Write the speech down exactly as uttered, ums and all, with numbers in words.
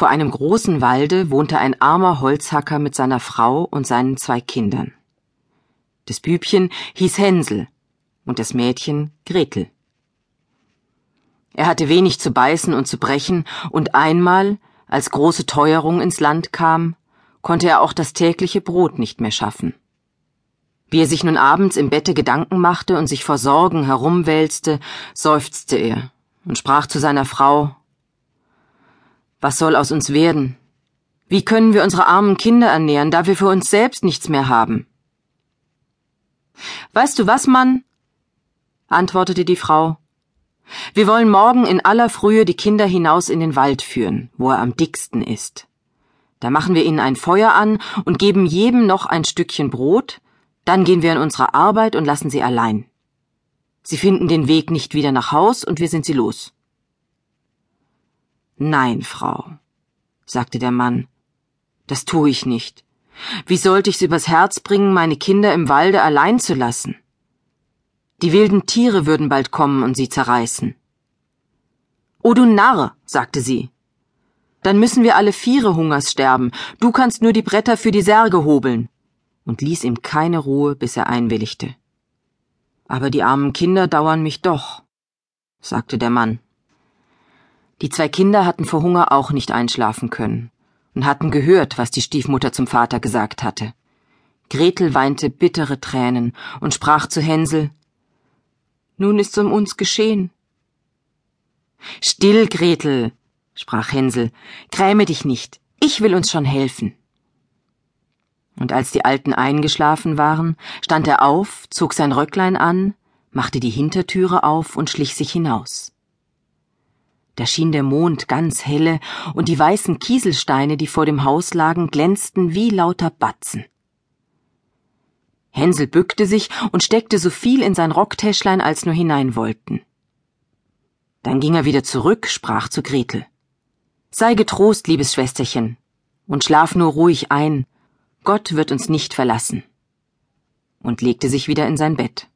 Vor einem großen Walde wohnte ein armer Holzhacker mit seiner Frau und seinen zwei Kindern. Das Bübchen hieß Hänsel und das Mädchen Gretel. Er hatte wenig zu beißen und zu brechen, und einmal, als große Teuerung ins Land kam, konnte er auch das tägliche Brot nicht mehr schaffen. Wie er sich nun abends im Bette Gedanken machte und sich vor Sorgen herumwälzte, seufzte er und sprach zu seiner Frau: Was soll aus uns werden? Wie können wir unsere armen Kinder ernähren, da wir für uns selbst nichts mehr haben? Weißt du was, Mann? Antwortete die Frau. Wir wollen morgen in aller Frühe die Kinder hinaus in den Wald führen, wo er am dicksten ist. Da machen wir ihnen ein Feuer an und geben jedem noch ein Stückchen Brot, dann gehen wir an unsere Arbeit und lassen sie allein. Sie finden den Weg nicht wieder nach Haus und wir sind sie los. Nein, Frau, sagte der Mann, das tue ich nicht. Wie sollte ich's übers Herz bringen, meine Kinder im Walde allein zu lassen? Die wilden Tiere würden bald kommen und sie zerreißen. O du Narr, sagte sie, dann müssen wir alle Viere Hungers sterben, du kannst nur die Bretter für die Särge hobeln, und ließ ihm keine Ruhe, bis er einwilligte. Aber die armen Kinder dauern mich doch, sagte der Mann. Die zwei Kinder hatten vor Hunger auch nicht einschlafen können und hatten gehört, was die Stiefmutter zum Vater gesagt hatte. Gretel weinte bittere Tränen und sprach zu Hänsel: Nun ist's um uns geschehen. Still, Gretel, sprach Hänsel, gräme dich nicht, ich will uns schon helfen. Und als die Alten eingeschlafen waren, stand er auf, zog sein Röcklein an, machte die Hintertüre auf und schlich sich hinaus. Da schien der Mond ganz helle, und die weißen Kieselsteine, die vor dem Haus lagen, glänzten wie lauter Batzen. Hänsel bückte sich und steckte so viel in sein Rocktäschlein, als nur hinein wollten. Dann ging er wieder zurück, sprach zu Gretel: Sei getrost, liebes Schwesterchen, und schlaf nur ruhig ein, Gott wird uns nicht verlassen, und legte sich wieder in sein Bett.